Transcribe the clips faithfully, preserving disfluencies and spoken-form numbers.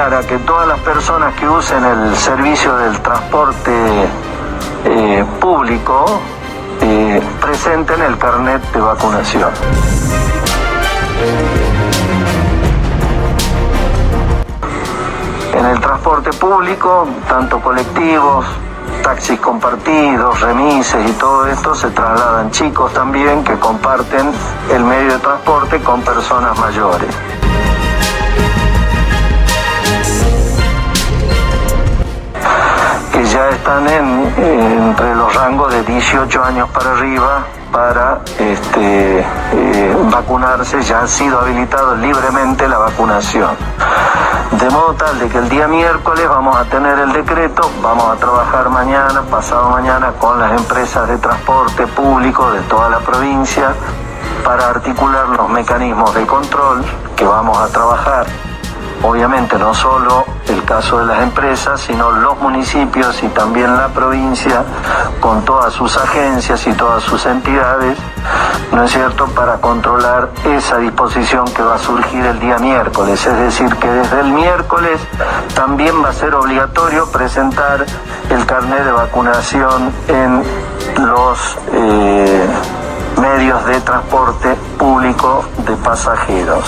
obligar a que todas las personas que usen el servicio del transporte eh, público eh, presenten el carnet de vacunación. En el transporte público, tanto colectivos, taxis compartidos, remises y todo esto, se trasladan chicos también que comparten el medio de transporte con personas mayores. Que ya están en, entre los rangos de dieciocho años para arriba para este, eh, vacunarse. Ya ha sido habilitado libremente la vacunación. De modo tal de que el día miércoles vamos a tener el decreto, vamos a trabajar mañana, pasado mañana con las empresas de transporte público de toda la provincia para articular los mecanismos de control que vamos a trabajar. Obviamente no solo el caso de las empresas, sino los municipios y también la provincia con todas sus agencias y todas sus entidades, ¿no es cierto?, para controlar esa disposición que va a surgir el día miércoles. Es decir, que desde el miércoles también va a ser obligatorio presentar el carnet de vacunación en los eh, medios de transporte público de pasajeros.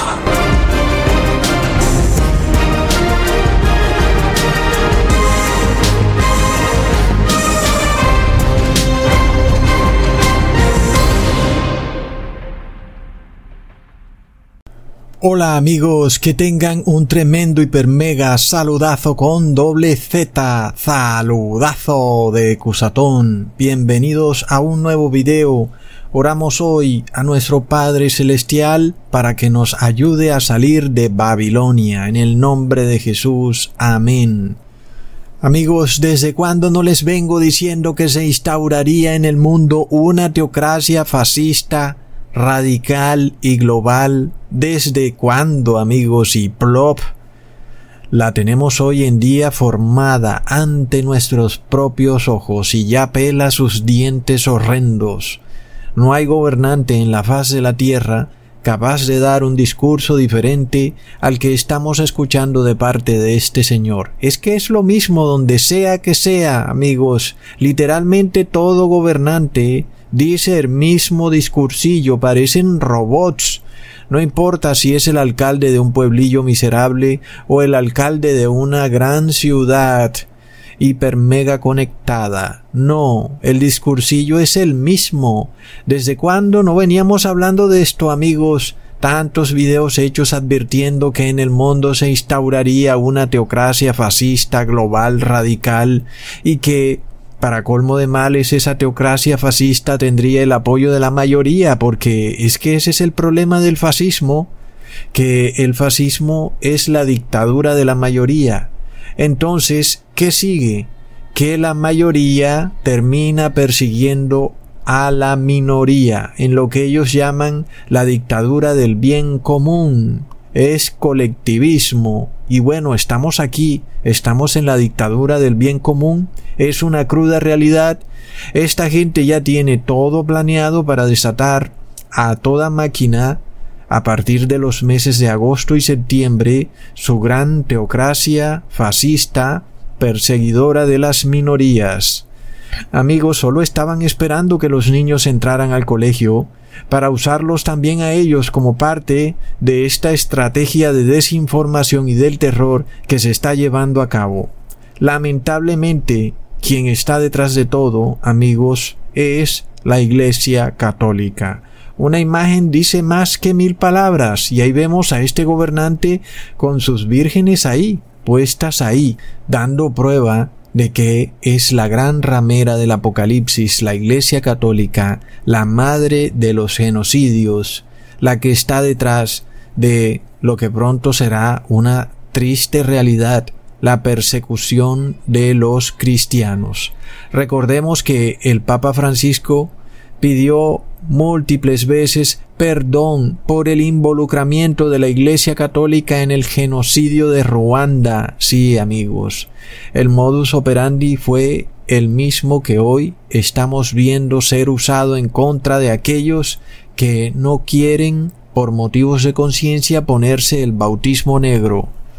Hola amigos, que tengan un tremendo hiper mega saludazo con doble Z, saludazo de Cusatón. Bienvenidos a un nuevo video. Oramos hoy a nuestro Padre Celestial para que nos ayude a salir de Babilonia. En el nombre de Jesús, amén. Amigos, ¿desde cuándo no les vengo diciendo que se instauraría en el mundo una teocracia fascista, radical y global? ¿Desde cuándo, amigos? Y plop, la tenemos hoy en día formada ante nuestros propios ojos y ya pela sus dientes horrendos. No hay gobernante en la faz de la tierra capaz de dar un discurso diferente al que estamos escuchando de parte de este señor. Es que es lo mismo donde sea que sea, amigos. Literalmente todo gobernante dice el mismo discursillo, parecen robots. No importa si es el alcalde de un pueblillo miserable o el alcalde de una gran ciudad hiper mega conectada. No, el discursillo es el mismo. ¿Desde cuándo no veníamos hablando de esto, amigos? Tantos videos hechos advirtiendo que en el mundo se instauraría una teocracia fascista, global, radical, y que para colmo de males, esa teocracia fascista tendría el apoyo de la mayoría, porque es que ese es el problema del fascismo, que el fascismo es la dictadura de la mayoría. Entonces, ¿qué sigue? Que la mayoría termina persiguiendo a la minoría, en lo que ellos llaman la dictadura del bien común. Es colectivismo. Y bueno, estamos aquí, estamos en la dictadura del bien común, es una cruda realidad. Esta gente ya tiene todo planeado para desatar a toda máquina a partir de los meses de agosto y septiembre su gran teocracia fascista, perseguidora de las minorías. Amigos, solo estaban esperando que los niños entraran al colegio para usarlos también a ellos como parte de esta estrategia de desinformación y del terror que se está llevando a cabo. Lamentablemente, quien está detrás de todo, amigos, es la Iglesia Católica. Una imagen dice más que mil palabras, y ahí vemos a este gobernante con sus vírgenes ahí, puestas ahí, dando prueba de que es la gran ramera del Apocalipsis, la Iglesia Católica, la madre de los genocidios, la que está detrás de lo que pronto será una triste realidad, la persecución de los cristianos. Recordemos que el Papa Francisco pidió múltiples veces perdón por el involucramiento de la Iglesia Católica en el genocidio de Ruanda. Sí, amigos, el modus operandi fue el mismo que hoy estamos viendo ser usado en contra de aquellos que no quieren, por motivos de conciencia, ponerse el bautismo negro.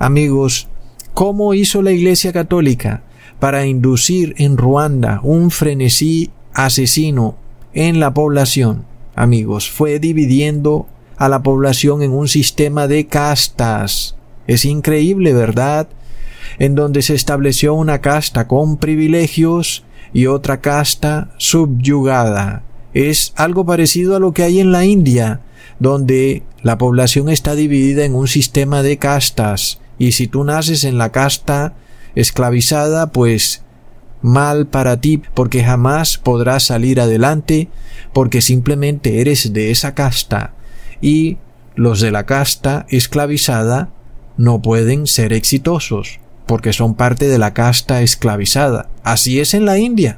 amigos, cómo hizo la Iglesia Católica para inducir en Ruanda un frenesí asesino en la población. Amigos, fue dividiendo a la población en un sistema de castas. Es increíble, ¿verdad? En donde se estableció una casta con privilegios y otra casta subyugada. Es algo parecido a lo que hay en la India, donde la población está dividida en un sistema de castas, y si tú naces en la casta esclavizada, pues mal para ti, porque jamás podrás salir adelante, porque simplemente eres de esa casta, y los de la casta esclavizada no pueden ser exitosos, porque son parte de la casta esclavizada. Así es en la India.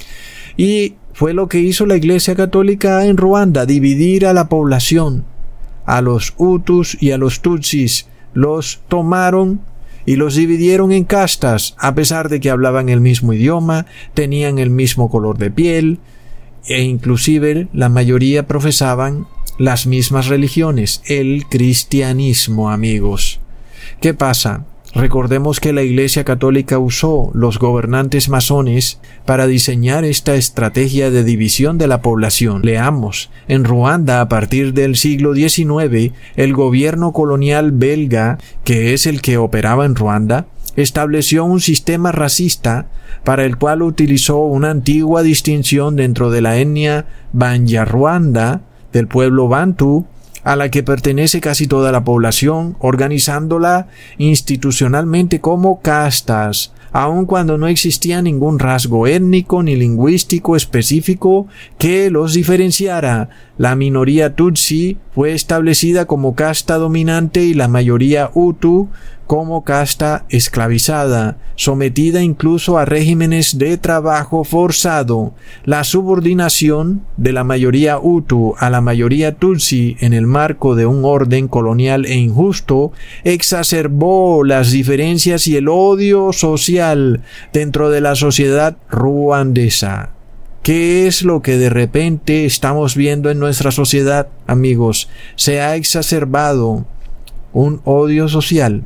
Y fue lo que hizo la Iglesia Católica en Ruanda, dividir a la población. A los Hutus y a los Tutsis los tomaron y los dividieron en castas, a pesar de que hablaban el mismo idioma, tenían el mismo color de piel, e inclusive la mayoría profesaban las mismas religiones, el cristianismo, amigos. ¿Qué pasa? Recordemos que la Iglesia Católica usó los gobernantes masones para diseñar esta estrategia de división de la población. Leamos, en Ruanda a partir del siglo diecinueve, el gobierno colonial belga, que es el que operaba en Ruanda, estableció un sistema racista para el cual utilizó una antigua distinción dentro de la etnia Banyarwanda del pueblo Bantu, a la que pertenece casi toda la población, organizándola institucionalmente como castas, aun cuando no existía ningún rasgo étnico ni lingüístico específico que los diferenciara. La minoría Tutsi fue establecida como casta dominante y la mayoría Hutu como casta esclavizada, sometida incluso a regímenes de trabajo forzado. La subordinación de la mayoría Hutu a la mayoría Tutsi en el marco de un orden colonial e injusto exacerbó las diferencias y el odio social dentro de la sociedad ruandesa. ¿Qué es lo que de repente estamos viendo en nuestra sociedad, amigos? Se ha exacerbado un odio social.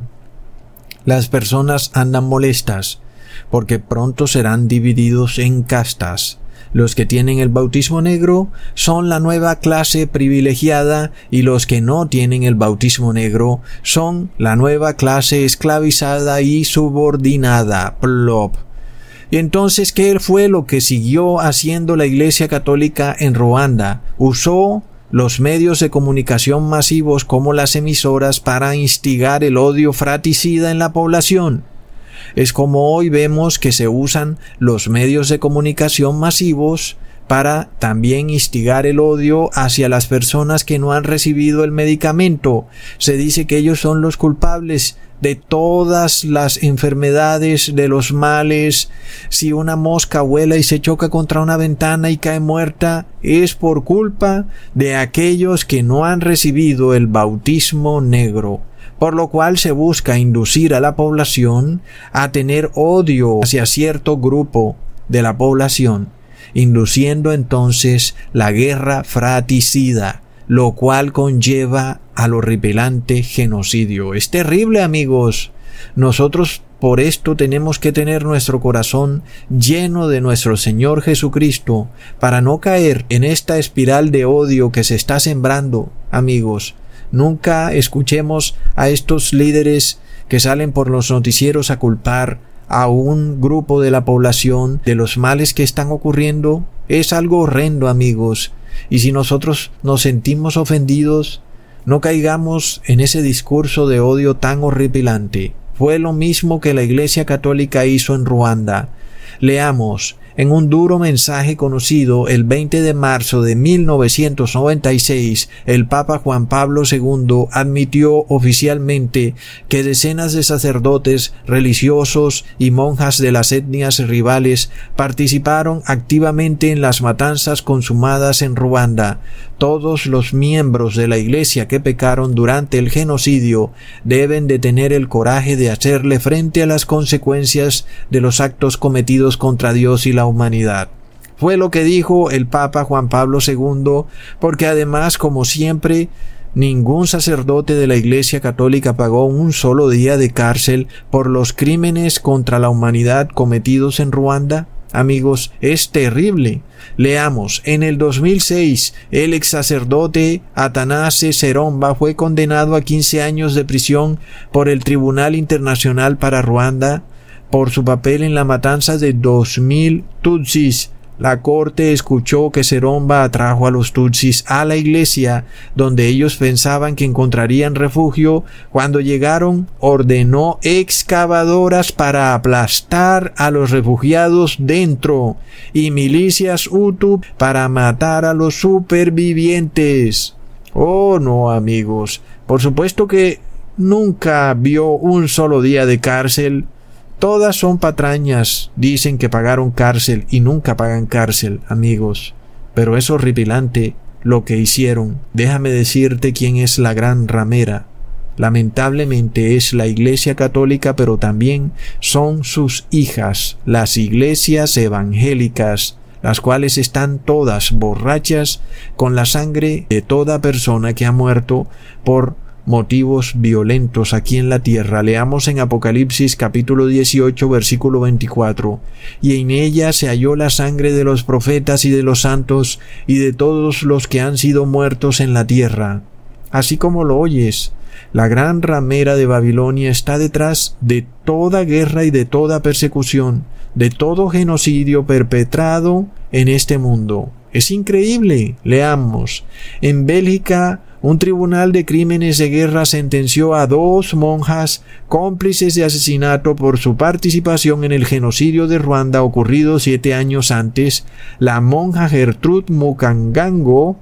Las personas andan molestas porque pronto serán divididos en castas. Los que tienen el bautismo negro son la nueva clase privilegiada y los que no tienen el bautismo negro son la nueva clase esclavizada y subordinada. Plop. Y entonces, ¿qué fue lo que siguió haciendo la Iglesia Católica en Ruanda? Usó los medios de comunicación masivos como las emisoras para instigar el odio fratricida en la población. Es como hoy vemos que se usan los medios de comunicación masivos para también instigar el odio hacia las personas que no han recibido el medicamento. Se dice que ellos son los culpables de todas las enfermedades, de los males. Si una mosca vuela y se choca contra una ventana y cae muerta, es por culpa de aquellos que no han recibido el bautismo negro. Por lo cual se busca inducir a la población a tener odio hacia cierto grupo de la población, induciendo entonces la guerra fratricida, lo cual conlleva al horripilante genocidio. Es terrible, amigos. Nosotros por esto tenemos que tener nuestro corazón lleno de nuestro Señor Jesucristo para no caer en esta espiral de odio que se está sembrando, amigos. Nunca escuchemos a estos líderes que salen por los noticieros a culpar a un grupo de la población de los males que están ocurriendo. Es algo horrendo, amigos. Y si nosotros nos sentimos ofendidos, no caigamos en ese discurso de odio tan horripilante. Fue lo mismo que la Iglesia Católica hizo en Ruanda. Leamos, en un duro mensaje conocido el veinte de marzo de mil novecientos noventa y seis, el Papa Juan Pablo segundo admitió oficialmente que decenas de sacerdotes, religiosos y monjas de las etnias rivales participaron activamente en las matanzas consumadas en Ruanda. Todos los miembros de la Iglesia que pecaron durante el genocidio deben de tener el coraje de hacerle frente a las consecuencias de los actos cometidos contra Dios y la humanidad. Fue lo que dijo el Papa Juan Pablo segundo, porque además, como siempre, Ningún sacerdote de la Iglesia Católica pagó un solo día de cárcel por los crímenes contra la humanidad cometidos en Ruanda. Amigos, es terrible. Leamos, en el dos mil seis, el ex sacerdote Athanase Seromba fue condenado a quince años de prisión por el Tribunal Internacional para Ruanda por su papel en la matanza de dos mil tutsis. La corte escuchó que Seromba atrajo a los tutsis a la iglesia, donde ellos pensaban que encontrarían refugio. Cuando llegaron, ordenó excavadoras para aplastar a los refugiados dentro y milicias Hutu para matar a los supervivientes. Oh, no, amigos. Por supuesto que nunca vio un solo día de cárcel. Todas son patrañas, dicen que pagaron cárcel y nunca pagan cárcel, amigos. Pero es horripilante lo que hicieron. Déjame decirte quién es la gran ramera. Lamentablemente es la Iglesia Católica, pero también son sus hijas, las iglesias evangélicas, las cuales están todas borrachas con la sangre de toda persona que ha muerto por motivos violentos aquí en la tierra. Leamos en Apocalipsis capítulo dieciocho versículo veinticuatro. Y en ella se halló la sangre de los profetas y de los santos y de todos los que han sido muertos en la tierra. Así como lo oyes, la gran ramera de Babilonia está detrás de toda guerra y de toda persecución, de todo genocidio perpetrado en este mundo. Es increíble. Leamos. En Bélgica, un tribunal de crímenes de guerra sentenció a dos monjas cómplices de asesinato por su participación en el genocidio de Ruanda ocurrido siete años antes. La monja Gertrude Mukangango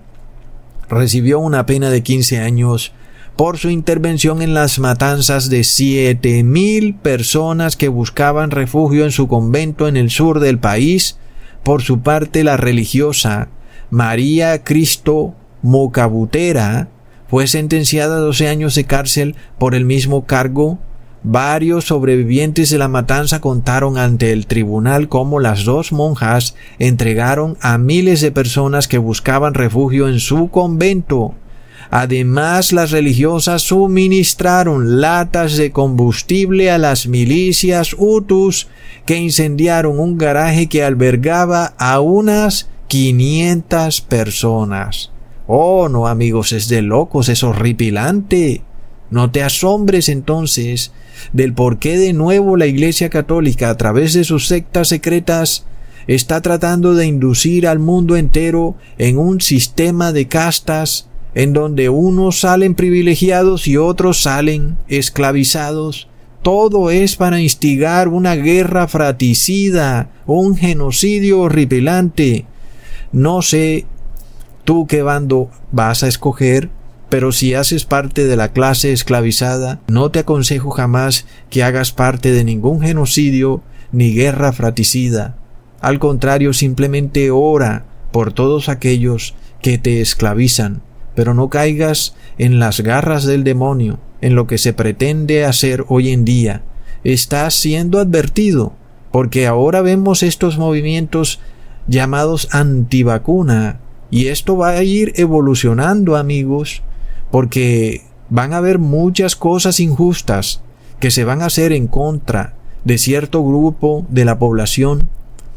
recibió una pena de quince años por su intervención en las matanzas de siete mil personas que buscaban refugio en su convento en el sur del país. Por su parte, la religiosa María Cristo Mokabutera fue sentenciada a doce años de cárcel por el mismo cargo. Varios sobrevivientes de la matanza contaron ante el tribunal cómo las dos monjas entregaron a miles de personas que buscaban refugio en su convento. Además, las religiosas suministraron latas de combustible a las milicias Hutus que incendiaron un garaje que albergaba a unas quinientas personas. Oh, no, amigos, es de locos, es horripilante. No te asombres entonces del por qué de nuevo la Iglesia Católica, a través de sus sectas secretas, está tratando de inducir al mundo entero en un sistema de castas en donde unos salen privilegiados y otros salen esclavizados. Todo es para instigar una guerra fratricida, un genocidio horripilante. No sé tú qué bando vas a escoger, pero si haces parte de la clase esclavizada, no te aconsejo jamás que hagas parte de ningún genocidio ni guerra fratricida. Al contrario, simplemente ora por todos aquellos que te esclavizan, pero no caigas en las garras del demonio, en lo que se pretende hacer hoy en día. Estás siendo advertido, porque ahora vemos estos movimientos llamados antivacuna, y esto va a ir evolucionando, amigos, porque van a haber muchas cosas injustas que se van a hacer en contra de cierto grupo de la población,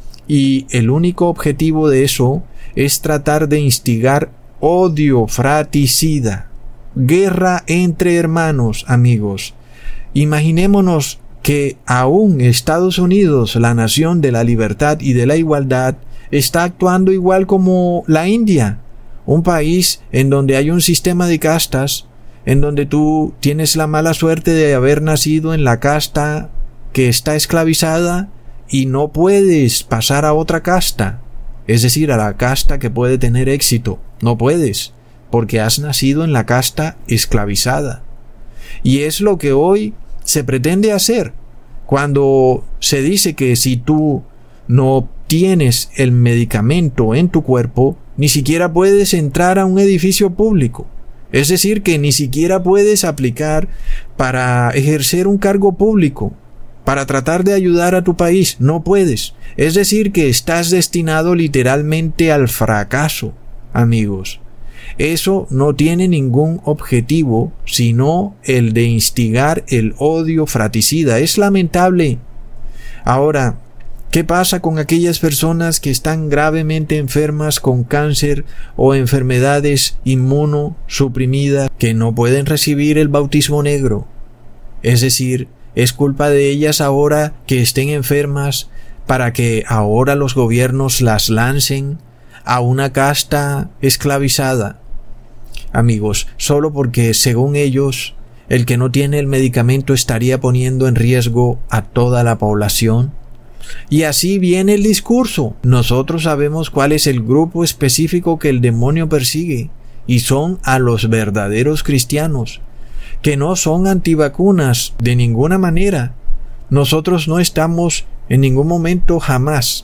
y el único objetivo de eso es tratar de instigar odio fratricida, guerra entre hermanos, amigos. Imaginémonos que aún Estados Unidos, la nación de la libertad y de la igualdad, está actuando igual como la India, un país en donde hay un sistema de castas, en donde tú tienes la mala suerte de haber nacido en la casta que está esclavizada y no puedes pasar a otra casta, es decir, a la casta que puede tener éxito. No puedes, porque has nacido en la casta esclavizada. Y es lo que hoy se pretende hacer, cuando se dice que si tú no tienes el medicamento en tu cuerpo, ni siquiera puedes entrar a un edificio público. Es decir, que ni siquiera puedes aplicar para ejercer un cargo público, para tratar de ayudar a tu país. No puedes. Es decir, que estás destinado literalmente al fracaso, amigos. Eso no tiene ningún objetivo sino el de instigar el odio fratricida. Es lamentable. Ahora, ¿qué pasa con aquellas personas que están gravemente enfermas con cáncer o enfermedades inmunosuprimidas que no pueden recibir el bautismo negro? Es decir, es culpa de ellas ahora que estén enfermas para que ahora los gobiernos las lancen a una casta esclavizada. Amigos, solo porque según ellos el que no tiene el medicamento estaría poniendo en riesgo a toda la población. Y así viene el discurso. Nosotros sabemos cuál es el grupo específico que el demonio persigue, y son a los verdaderos cristianos, que no son antivacunas de ninguna manera. Nosotros no estamos en ningún momento jamás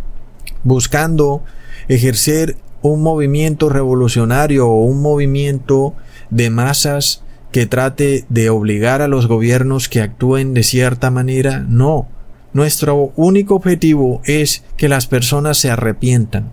buscando ejercer un movimiento revolucionario o un movimiento de masas que trate de obligar a los gobiernos que actúen de cierta manera. No. Nuestro único objetivo es que las personas se arrepientan.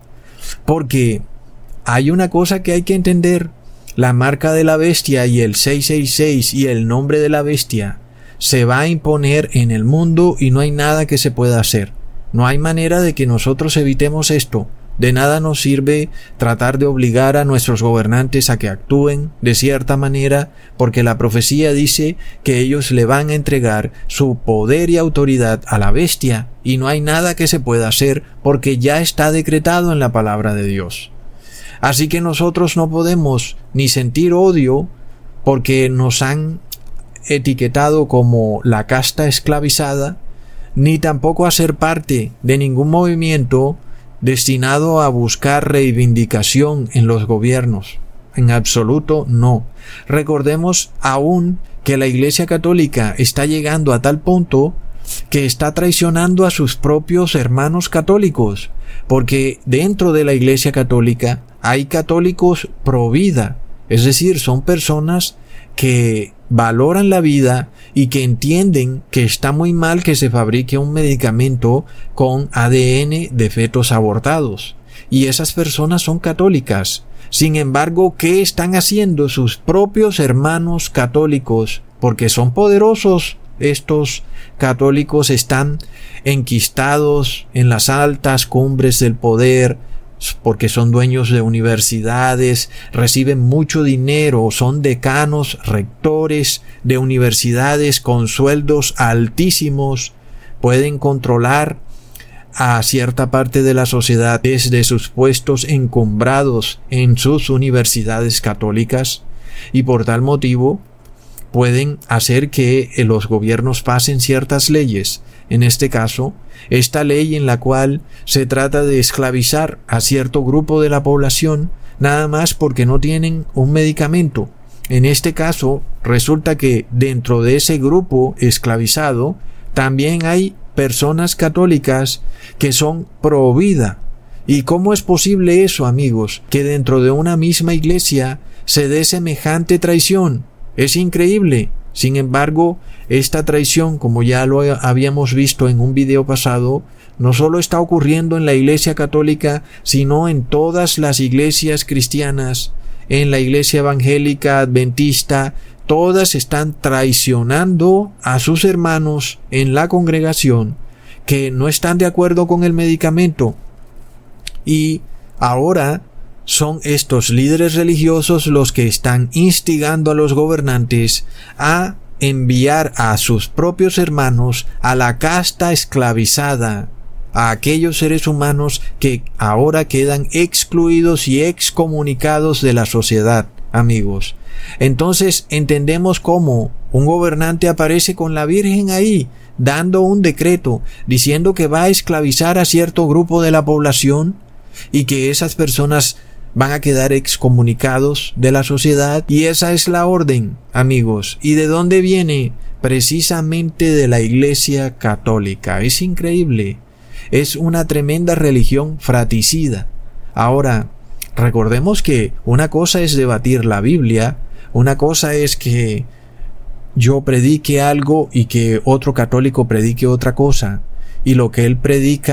Porque hay una cosa que hay que entender. La marca de la bestia y el seiscientos sesenta y seis y el nombre de la bestia se va a imponer en el mundo y no hay nada que se pueda hacer. No hay manera de que nosotros evitemos esto. De nada nos sirve tratar de obligar a nuestros gobernantes a que actúen de cierta manera, porque la profecía dice que ellos le van a entregar su poder y autoridad a la bestia, y no hay nada que se pueda hacer porque ya está decretado en la palabra de Dios. Así que nosotros no podemos ni sentir odio porque nos han etiquetado como la casta esclavizada, ni tampoco hacer parte de ningún movimiento destinado a buscar reivindicación en los gobiernos. En absoluto no. Recordemos aún que la Iglesia Católica está llegando a tal punto que está traicionando a sus propios hermanos católicos, porque dentro de la Iglesia Católica hay católicos pro vida, es decir, son personas que valoran la vida y que entienden que está muy mal que se fabrique un medicamento con A D N de fetos abortados. Y esas personas son católicas. Sin embargo, ¿qué están haciendo sus propios hermanos católicos? Porque son poderosos. Estos católicos están enquistados en las altas cumbres del poder, porque son dueños de universidades, reciben mucho dinero, son decanos, rectores de universidades con sueldos altísimos, pueden controlar a cierta parte de la sociedad desde sus puestos encumbrados en sus universidades católicas, y por tal motivo pueden hacer que los gobiernos pasen ciertas leyes. En este caso, esta ley en la cual se trata de esclavizar a cierto grupo de la población nada más porque no tienen un medicamento. En este caso, resulta que dentro de ese grupo esclavizado también hay personas católicas que son pro vida. ¿Y cómo es posible eso, amigos? Que dentro de una misma iglesia se dé semejante traición. Es increíble. Sin embargo, esta traición, como ya lo habíamos visto en un video pasado, no solo está ocurriendo en la Iglesia Católica, sino en todas las iglesias cristianas, en la Iglesia Evangélica, Adventista. Todas están traicionando a sus hermanos en la congregación que no están de acuerdo con el medicamento. Y ahora son estos líderes religiosos los que están instigando a los gobernantes a enviar a sus propios hermanos a la casta esclavizada, a aquellos seres humanos que ahora quedan excluidos y excomunicados de la sociedad, amigos. Entonces entendemos cómo un gobernante aparece con la Virgen ahí, dando un decreto, diciendo que va a esclavizar a cierto grupo de la población y que esas personas van a quedar excomunicados de la sociedad, y esa es la orden, amigos. ¿Y de dónde viene? Precisamente de la Iglesia Católica. Es increíble. Es una tremenda religión fratricida. Ahora, recordemos que una cosa es debatir la Biblia, una cosa es que yo predique algo y que otro católico predique otra cosa, y lo que él predica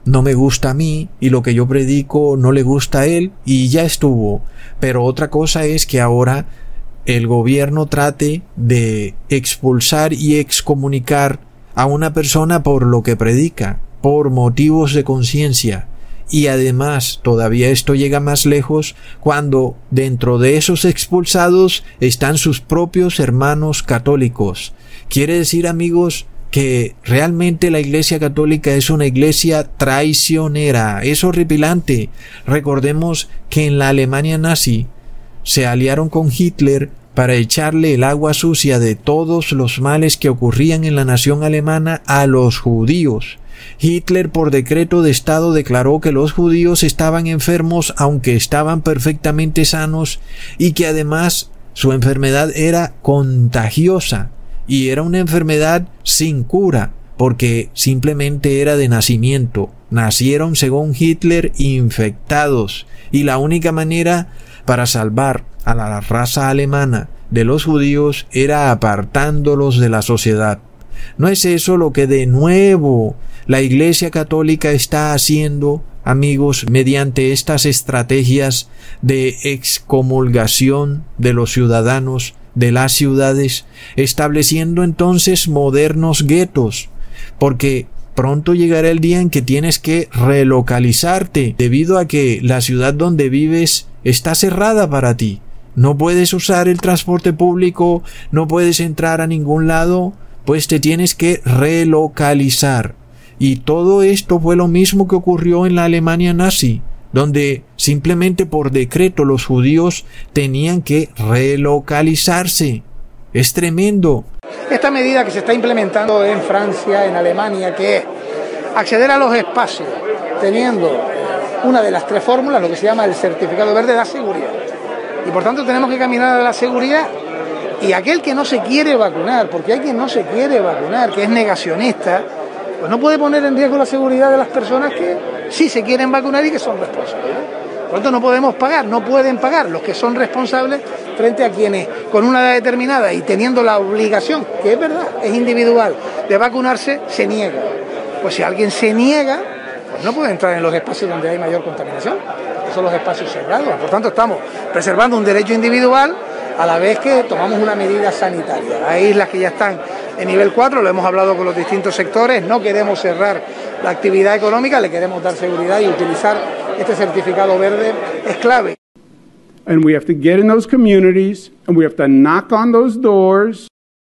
no me gusta a mí y lo que yo predico no le gusta a él y ya estuvo. Pero otra cosa es que ahora el gobierno trate de expulsar y excomunicar a una persona por lo que predica, por motivos de conciencia. Y además todavía esto llega más lejos cuando dentro de esos expulsados están sus propios hermanos católicos. Quiere decir, amigos, que realmente la Iglesia Católica es una iglesia traicionera, es horripilante. Recordemos que en la Alemania nazi se aliaron con Hitler para echarle el agua sucia de todos los males que ocurrían en la nación alemana a los judíos. Hitler por decreto de Estado declaró que los judíos estaban enfermos aunque estaban perfectamente sanos y que además su enfermedad era contagiosa y era una enfermedad sin cura porque simplemente era de nacimiento. Nacieron según Hitler infectados y la única manera para salvar a la raza alemana de los judíos era apartándolos de la sociedad. ¿No es eso lo que de nuevo la Iglesia Católica está haciendo, amigos, mediante estas estrategias de excomulgación de los ciudadanos de las ciudades, estableciendo entonces modernos guetos? Porque pronto llegará el día en que tienes que relocalizarte debido a que la ciudad donde vives está cerrada para ti. No puedes usar el transporte público, no puedes entrar a ningún lado, pues te tienes que relocalizar. Y todo esto fue lo mismo que ocurrió en la Alemania nazi, donde simplemente por decreto los judíos tenían que relocalizarse. Es tremendo. Esta medida que se está implementando en Francia, en Alemania, que es acceder a los espacios teniendo una de las tres fórmulas, lo que se llama el certificado verde, da seguridad. Y por tanto tenemos que caminar a la seguridad. Y aquel que no se quiere vacunar, porque hay quien no se quiere vacunar, que es negacionista, pues no puede poner en riesgo la seguridad de las personas que sí se quieren vacunar y que son responsables. Por tanto, no podemos pagar, no pueden pagar los que son responsables frente a quienes con una edad determinada y teniendo la obligación, que es verdad, es individual, de vacunarse, se niega. Pues si alguien se niega, pues no puede entrar en los espacios donde hay mayor contaminación, que son los espacios cerrados. Por tanto, estamos preservando un derecho individual a la vez que tomamos una medida sanitaria. Hay islas que ya están en nivel cuatro, lo hemos hablado con los distintos sectores, no queremos cerrar la actividad económica, le queremos dar seguridad y utilizar este certificado verde es clave. And we have to get in those communities and we have to knock on those doors.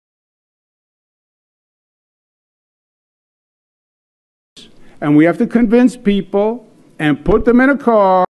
And we have to convince people and put them in a car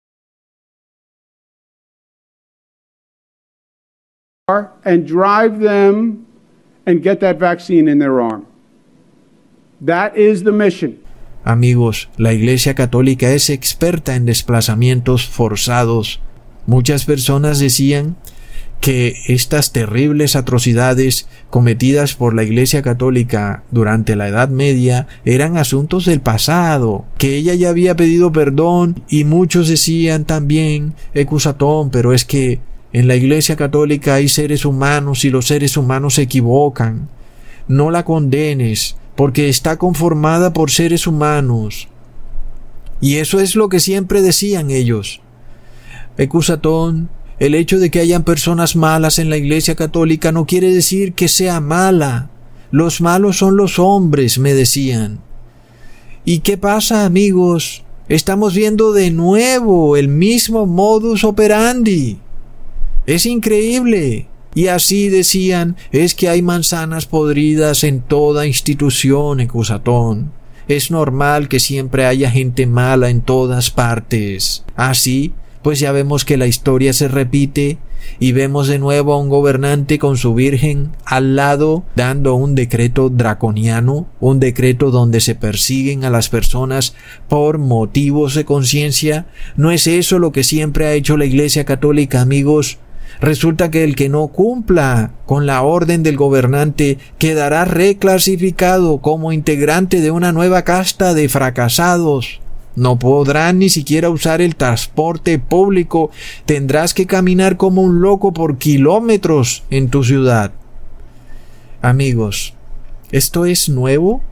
and drive them and get that vaccine in their arm. That is the mission. Amigos, la Iglesia Católica es experta en desplazamientos forzados. Muchas personas decían que estas terribles atrocidades cometidas por la Iglesia Católica durante la Edad Media eran asuntos del pasado, que ella ya había pedido perdón y muchos decían también, ecusatón, pero es que en la Iglesia Católica hay seres humanos y los seres humanos se equivocan. No la condenes, porque está conformada por seres humanos. Y eso es lo que siempre decían ellos. Ecusatón, el hecho de que hayan personas malas en la Iglesia Católica no quiere decir que sea mala. Los malos son los hombres, me decían. ¿Y qué pasa, amigos? Estamos viendo de nuevo el mismo modus operandi. Es increíble. Y así decían, es que hay manzanas podridas en toda institución, ecusatón. Es normal que siempre haya gente mala en todas partes. Así, pues ya vemos que la historia se repite y vemos de nuevo a un gobernante con su virgen al lado dando un decreto draconiano, un decreto donde se persiguen a las personas por motivos de conciencia. ¿No es eso lo que siempre ha hecho la Iglesia Católica, amigos? Resulta que el que no cumpla con la orden del gobernante quedará reclasificado como integrante de una nueva casta de fracasados. No podrán ni siquiera usar el transporte público. Tendrás que caminar como un loco por kilómetros en tu ciudad. Amigos, ¿esto es nuevo?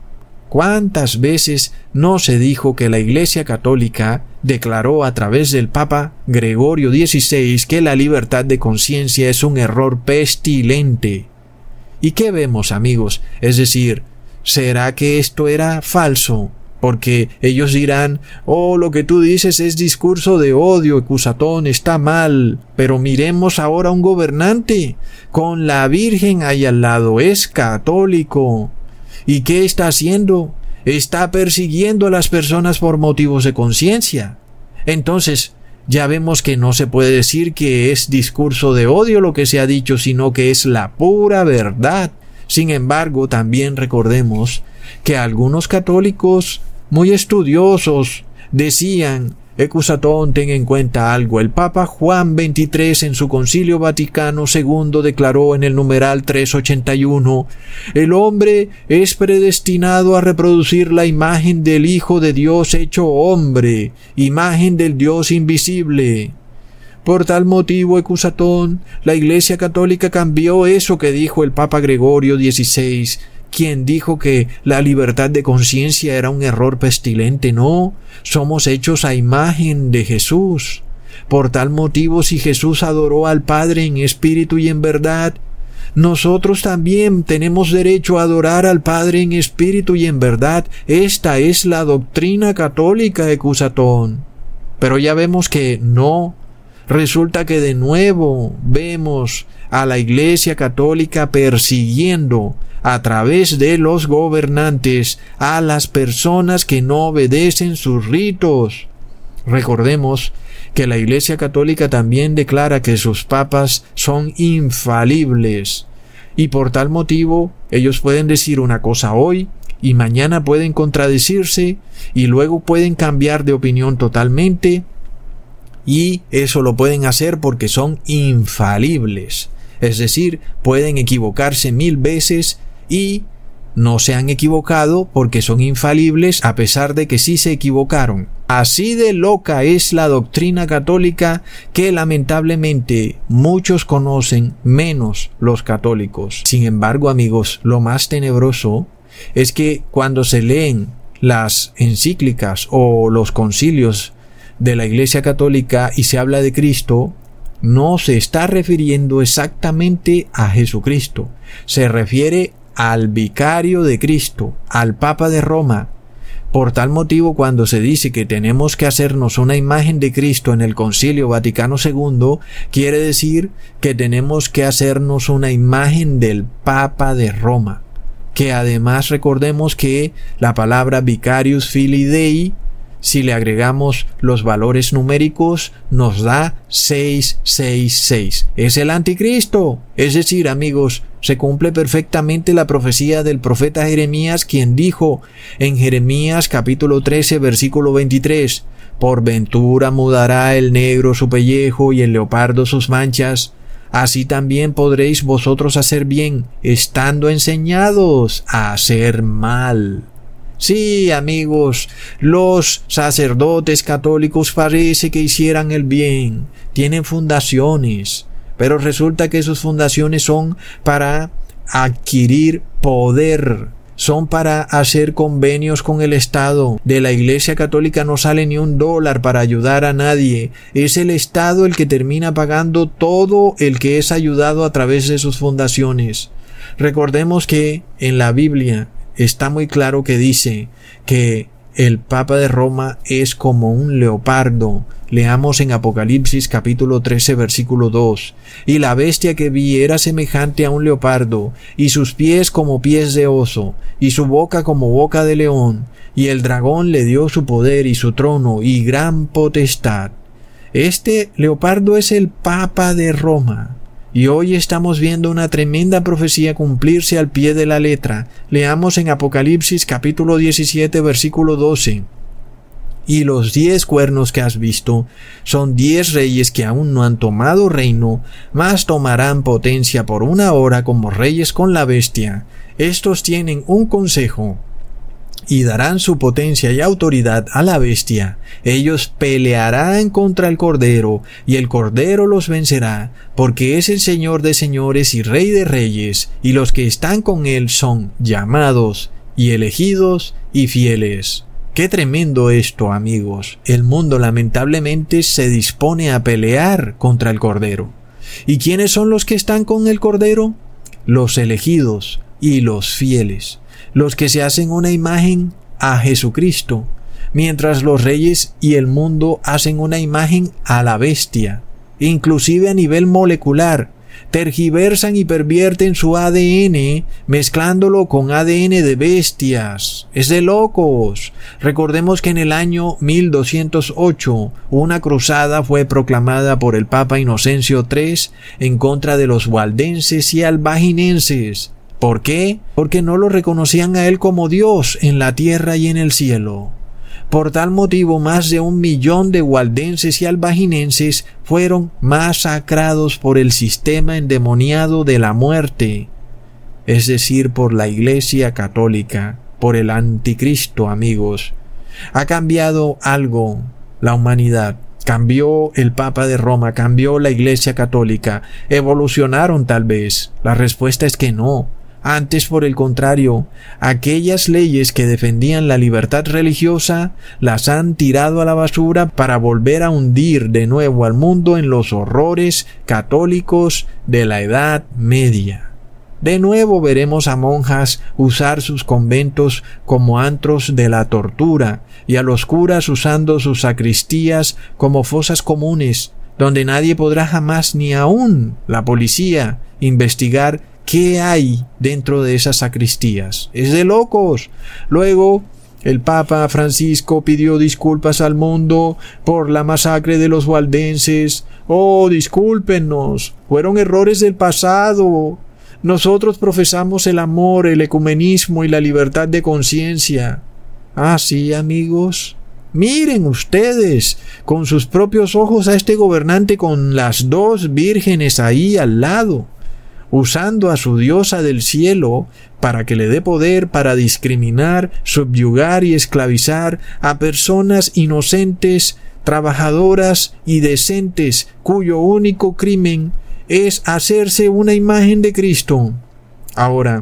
¿Cuántas veces no se dijo que la Iglesia Católica declaró a través del Papa Gregorio dieciséis que la libertad de conciencia es un error pestilente? ¿Y qué vemos, amigos? Es decir, ¿será que esto era falso? Porque ellos dirán, oh, lo que tú dices es discurso de odio, Ecusatón, está mal. Pero miremos ahora a un gobernante, con la Virgen ahí al lado, es católico. ¿Y qué está haciendo? Está persiguiendo a las personas por motivos de conciencia. Entonces, ya vemos que no se puede decir que es discurso de odio lo que se ha dicho, sino que es la pura verdad. Sin embargo, también recordemos que algunos católicos muy estudiosos decían, Ecusatón, ten en cuenta algo. El Papa Juan veintitrés en su Concilio Vaticano segundo declaró en el numeral trescientos ochenta y uno, el hombre es predestinado a reproducir la imagen del Hijo de Dios hecho hombre, imagen del Dios invisible. Por tal motivo, Ecusatón, la Iglesia Católica cambió eso que dijo el Papa Gregorio dieciséis, quien dijo que la libertad de conciencia era un error pestilente. No, somos hechos a imagen de Jesús. Por tal motivo, si Jesús adoró al Padre en espíritu y en verdad, nosotros también tenemos derecho a adorar al Padre en espíritu y en verdad. Esta es la doctrina católica, Ecusatón. Pero ya vemos que no. Resulta que de nuevo vemos a la Iglesia Católica persiguiendo a través de los gobernantes a las personas que no obedecen sus ritos. Recordemos que la Iglesia Católica también declara que sus papas son infalibles y por tal motivo ellos pueden decir una cosa hoy y mañana pueden contradecirse y luego pueden cambiar de opinión totalmente, y eso lo pueden hacer porque son infalibles. Es decir, pueden equivocarse mil veces y no se han equivocado porque son infalibles a pesar de que sí se equivocaron. Así de loca es la doctrina católica que lamentablemente muchos conocen, menos los católicos. Sin embargo, amigos, lo más tenebroso es que cuando se leen las encíclicas o los concilios de la Iglesia Católica y se habla de Cristo, no se está refiriendo exactamente a Jesucristo, se refiere al vicario de Cristo, al Papa de Roma. Por tal motivo, cuando se dice que tenemos que hacernos una imagen de Cristo en el Concilio Vaticano segundo, quiere decir que tenemos que hacernos una imagen del Papa de Roma, que además recordemos que la palabra Vicarius Filii Dei, si le agregamos los valores numéricos, nos da seiscientos sesenta y seis. Es el anticristo. Es decir, amigos, se cumple perfectamente la profecía del profeta Jeremías, quien dijo en Jeremías capítulo trece, versículo veintitrés, por ventura mudará el negro su pellejo y el leopardo sus manchas. Así también podréis vosotros hacer bien, estando enseñados a hacer mal. Sí, amigos, los sacerdotes católicos parece que hicieran el bien, tienen fundaciones, pero resulta que sus fundaciones son para adquirir poder, son para hacer convenios con el Estado. De la Iglesia Católica no sale ni un dólar para ayudar a nadie, es el Estado el que termina pagando todo el que es ayudado a través de sus fundaciones. Recordemos que en la Biblia está muy claro que dice que el Papa de Roma es como un leopardo. Leamos en Apocalipsis capítulo trece versículo dos. Y la bestia que vi era semejante a un leopardo, y sus pies como pies de oso, y su boca como boca de león. Y el dragón le dio su poder y su trono y gran potestad. Este leopardo es el Papa de Roma. Y hoy estamos viendo una tremenda profecía cumplirse al pie de la letra. Leamos en Apocalipsis capítulo diecisiete versículo doce. Y los diez cuernos que has visto son diez reyes que aún no han tomado reino, mas tomarán potencia por una hora como reyes con la bestia. Estos tienen un consejo y darán su potencia y autoridad a la bestia. Ellos pelearán contra el Cordero, y el Cordero los vencerá, porque es el Señor de señores y Rey de reyes, y los que están con él son llamados y elegidos y fieles. Qué tremendo esto, amigos. El mundo lamentablemente se dispone a pelear contra el Cordero. ¿Y quiénes son los que están con el Cordero? Los elegidos y los fieles, los que se hacen una imagen a Jesucristo, mientras los reyes y el mundo hacen una imagen a la bestia, inclusive a nivel molecular. Tergiversan y pervierten su A D N mezclándolo con A D N de bestias. Es de locos. Recordemos que en el año mil doscientos ocho una cruzada fue proclamada por el Papa Inocencio tercero en contra de los waldenses y albaginenses. ¿Por qué? Porque no lo reconocían a él como Dios en la tierra y en el cielo. Por tal motivo, más de un millón de waldenses y albaginenses fueron masacrados por el sistema endemoniado de la muerte, es decir, por la Iglesia Católica, por el Anticristo, amigos. Ha cambiado algo la humanidad. Cambió el Papa de Roma, cambió la Iglesia Católica. ¿Evolucionaron tal vez? La respuesta es que no. Antes, por el contrario, aquellas leyes que defendían la libertad religiosa las han tirado a la basura para volver a hundir de nuevo al mundo en los horrores católicos de la Edad Media. De nuevo veremos a monjas usar sus conventos como antros de la tortura y a los curas usando sus sacristías como fosas comunes, donde nadie podrá jamás, ni aún la policía, investigar ¿qué hay dentro de esas sacristías? Es de locos. Luego, el Papa Francisco pidió disculpas al mundo por la masacre de los waldenses. Oh, discúlpenos, fueron errores del pasado. Nosotros profesamos el amor, el ecumenismo y la libertad de conciencia. Ah, sí, amigos. Miren ustedes con sus propios ojos a este gobernante con las dos vírgenes ahí al lado, usando a su diosa del cielo para que le dé poder para discriminar, subyugar y esclavizar a personas inocentes, trabajadoras y decentes, cuyo único crimen es hacerse una imagen de Cristo. Ahora,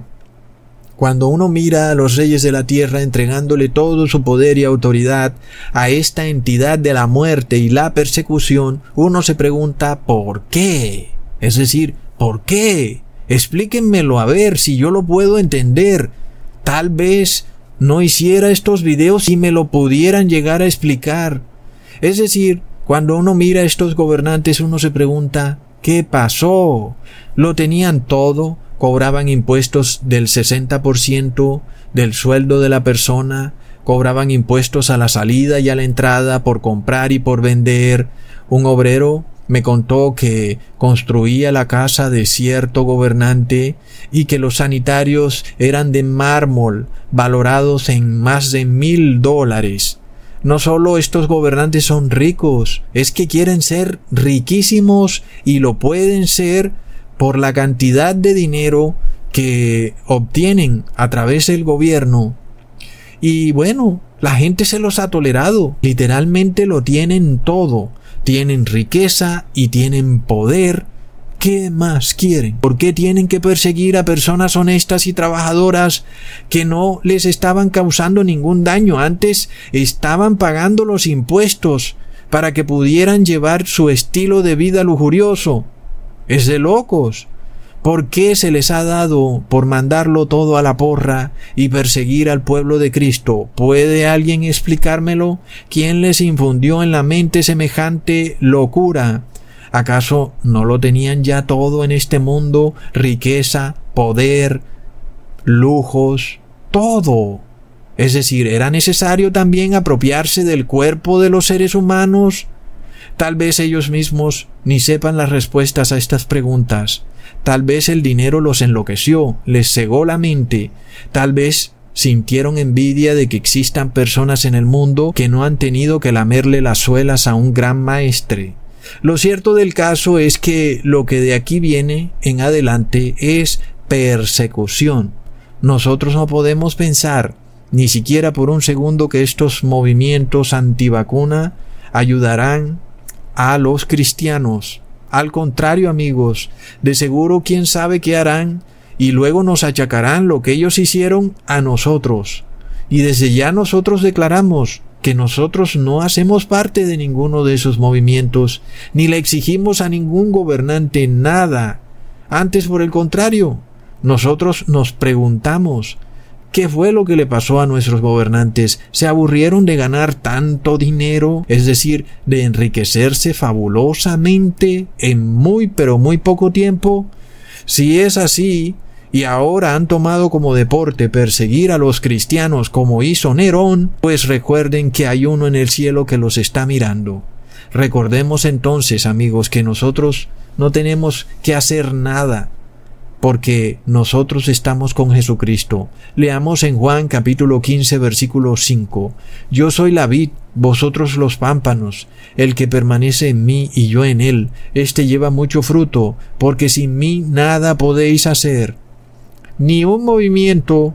cuando uno mira a los reyes de la tierra entregándole todo su poder y autoridad a esta entidad de la muerte y la persecución, uno se pregunta ¿por qué? Es decir, ¿por qué? Explíquenmelo a ver si yo lo puedo entender. Tal vez no hiciera estos videos si me lo pudieran llegar a explicar. Es decir, cuando uno mira a estos gobernantes uno se pregunta ¿qué pasó? Lo tenían todo, cobraban impuestos del sesenta por ciento del sueldo de la persona, cobraban impuestos a la salida y a la entrada por comprar y por vender. Un obrero me contó que construía la casa de cierto gobernante y que los sanitarios eran de mármol, valorados en más de mil dólares. No solo estos gobernantes son ricos, es que quieren ser riquísimos y lo pueden ser por la cantidad de dinero que obtienen a través del gobierno. Y bueno, la gente se los ha tolerado, literalmente lo tienen todo. Tienen riqueza y tienen poder. ¿Qué más quieren? ¿Por qué tienen que perseguir a personas honestas y trabajadoras que no les estaban causando ningún daño? Antes estaban pagando los impuestos para que pudieran llevar su estilo de vida lujurioso. Es de locos. ¿Por qué se les ha dado por mandarlo todo a la porra y perseguir al pueblo de Cristo? ¿Puede alguien explicármelo? ¿Quién les infundió en la mente semejante locura? ¿Acaso no lo tenían ya todo en este mundo? Riqueza, poder, lujos, todo. Es decir, ¿era necesario también apropiarse del cuerpo de los seres humanos? Tal vez ellos mismos ni sepan las respuestas a estas preguntas. Tal vez el dinero los enloqueció, les cegó la mente. Tal vez sintieron envidia de que existan personas en el mundo que no han tenido que lamerle las suelas a un gran maestre. Lo cierto del caso es que lo que de aquí viene en adelante es persecución. Nosotros no podemos pensar, ni siquiera por un segundo, que estos movimientos antivacuna ayudarán a los cristianos. Al contrario, amigos, de seguro quién sabe qué harán y luego nos achacarán lo que ellos hicieron a nosotros. Y desde ya nosotros declaramos que nosotros no hacemos parte de ninguno de esos movimientos, ni le exigimos a ningún gobernante nada. Antes, por el contrario, nosotros nos preguntamos, ¿qué fue lo que le pasó a nuestros gobernantes? ¿Se aburrieron de ganar tanto dinero? Es decir, de enriquecerse fabulosamente en muy pero muy poco tiempo. Si es así, y ahora han tomado como deporte perseguir a los cristianos como hizo Nerón, pues recuerden que hay uno en el cielo que los está mirando. Recordemos entonces, amigos, que nosotros no tenemos que hacer nada, porque nosotros estamos con Jesucristo. Leamos en Juan capítulo quince versículo cinco. Yo soy la vid, vosotros los pámpanos. El que permanece en mí y yo en él, éste lleva mucho fruto, porque sin mí nada podéis hacer. Ni un movimiento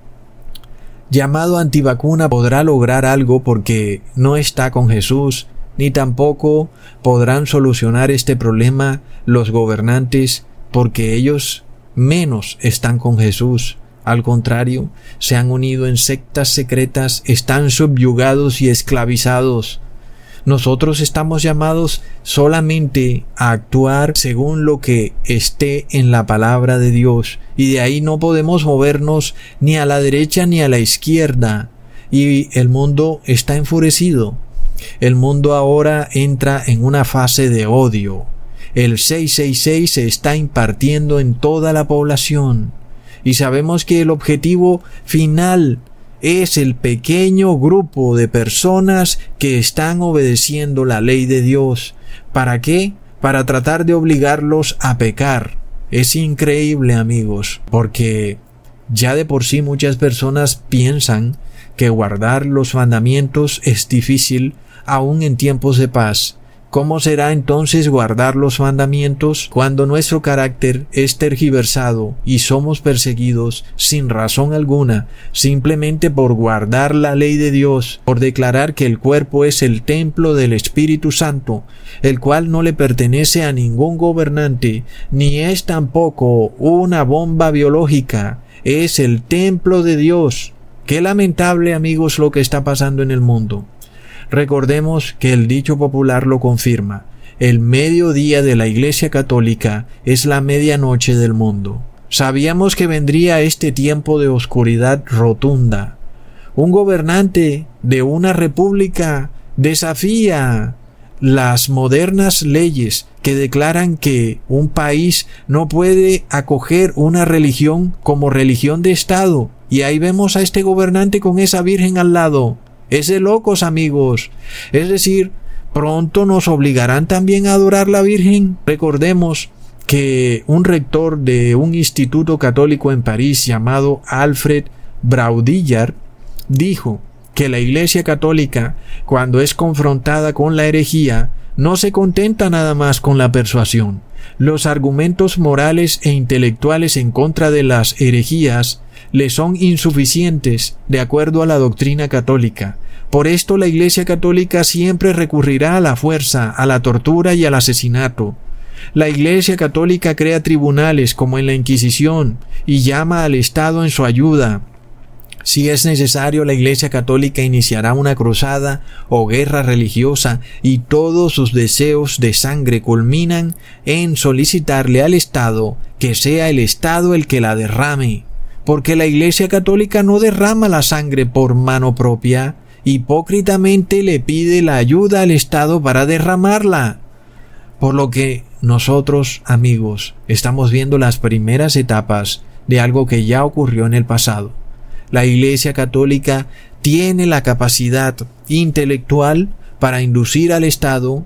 llamado antivacuna podrá lograr algo porque no está con Jesús, ni tampoco podrán solucionar este problema los gobernantes porque ellos menos están con Jesús. Al contrario, se han unido en sectas secretas, están subyugados y esclavizados. Nosotros estamos llamados solamente a actuar según lo que esté en la palabra de Dios, y de ahí no podemos movernos ni a la derecha ni a la izquierda. Y el mundo está enfurecido. El mundo ahora entra en una fase de odio. El seiscientos sesenta y seis se está impartiendo en toda la población, y sabemos que el objetivo final es el pequeño grupo de personas que están obedeciendo la ley de Dios. ¿Para qué? Para tratar de obligarlos a pecar. Es increíble, amigos, porque ya de por sí muchas personas piensan que guardar los mandamientos es difícil aún en tiempos de paz. ¿Cómo será entonces guardar los mandamientos cuando nuestro carácter es tergiversado y somos perseguidos sin razón alguna, simplemente por guardar la ley de Dios, por declarar que el cuerpo es el templo del Espíritu Santo, el cual no le pertenece a ningún gobernante, ni es tampoco una bomba biológica, es el templo de Dios? Qué lamentable, amigos, lo que está pasando en el mundo. Recordemos que el dicho popular lo confirma. El mediodía de la Iglesia Católica es la medianoche del mundo. Sabíamos que vendría este tiempo de oscuridad rotunda. Un gobernante de una república desafía las modernas leyes que declaran que un país no puede acoger una religión como religión de Estado. Y ahí vemos a este gobernante con esa virgen al lado. Es de locos, amigos. Es decir, pronto nos obligarán también a adorar la Virgen. Recordemos que un rector de un instituto católico en París llamado Alfred Braudillard dijo que la Iglesia Católica, cuando es confrontada con la herejía, no se contenta nada más con la persuasión. Los argumentos morales e intelectuales en contra de las herejías le son insuficientes de acuerdo a la doctrina católica. Por esto la Iglesia Católica siempre recurrirá a la fuerza, a la tortura y al asesinato. La Iglesia Católica crea tribunales como en la Inquisición y llama al Estado en su ayuda. Si es necesario, la Iglesia Católica iniciará una cruzada o guerra religiosa, y todos sus deseos de sangre culminan en solicitarle al Estado que sea el Estado el que la derrame. Porque la Iglesia Católica no derrama la sangre por mano propia, hipócritamente le pide la ayuda al Estado para derramarla. Por lo que nosotros, amigos, estamos viendo las primeras etapas de algo que ya ocurrió en el pasado. La Iglesia Católica tiene la capacidad intelectual para inducir al Estado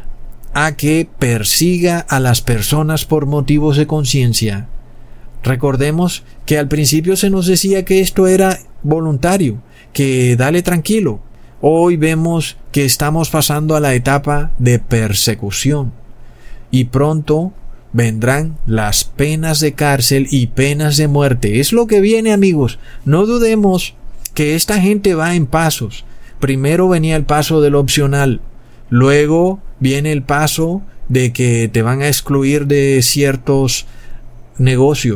a que persiga a las personas por motivos de conciencia. Recordemos que al principio se nos decía que esto era voluntario, que dale tranquilo. Hoy vemos que estamos pasando a la etapa de persecución, y pronto vendrán las penas de cárcel y penas de muerte. Es lo que viene, amigos. No dudemos que esta gente va en pasos. Primero venía el paso del opcional, luego viene el paso de que te van a excluir de ciertos negocios,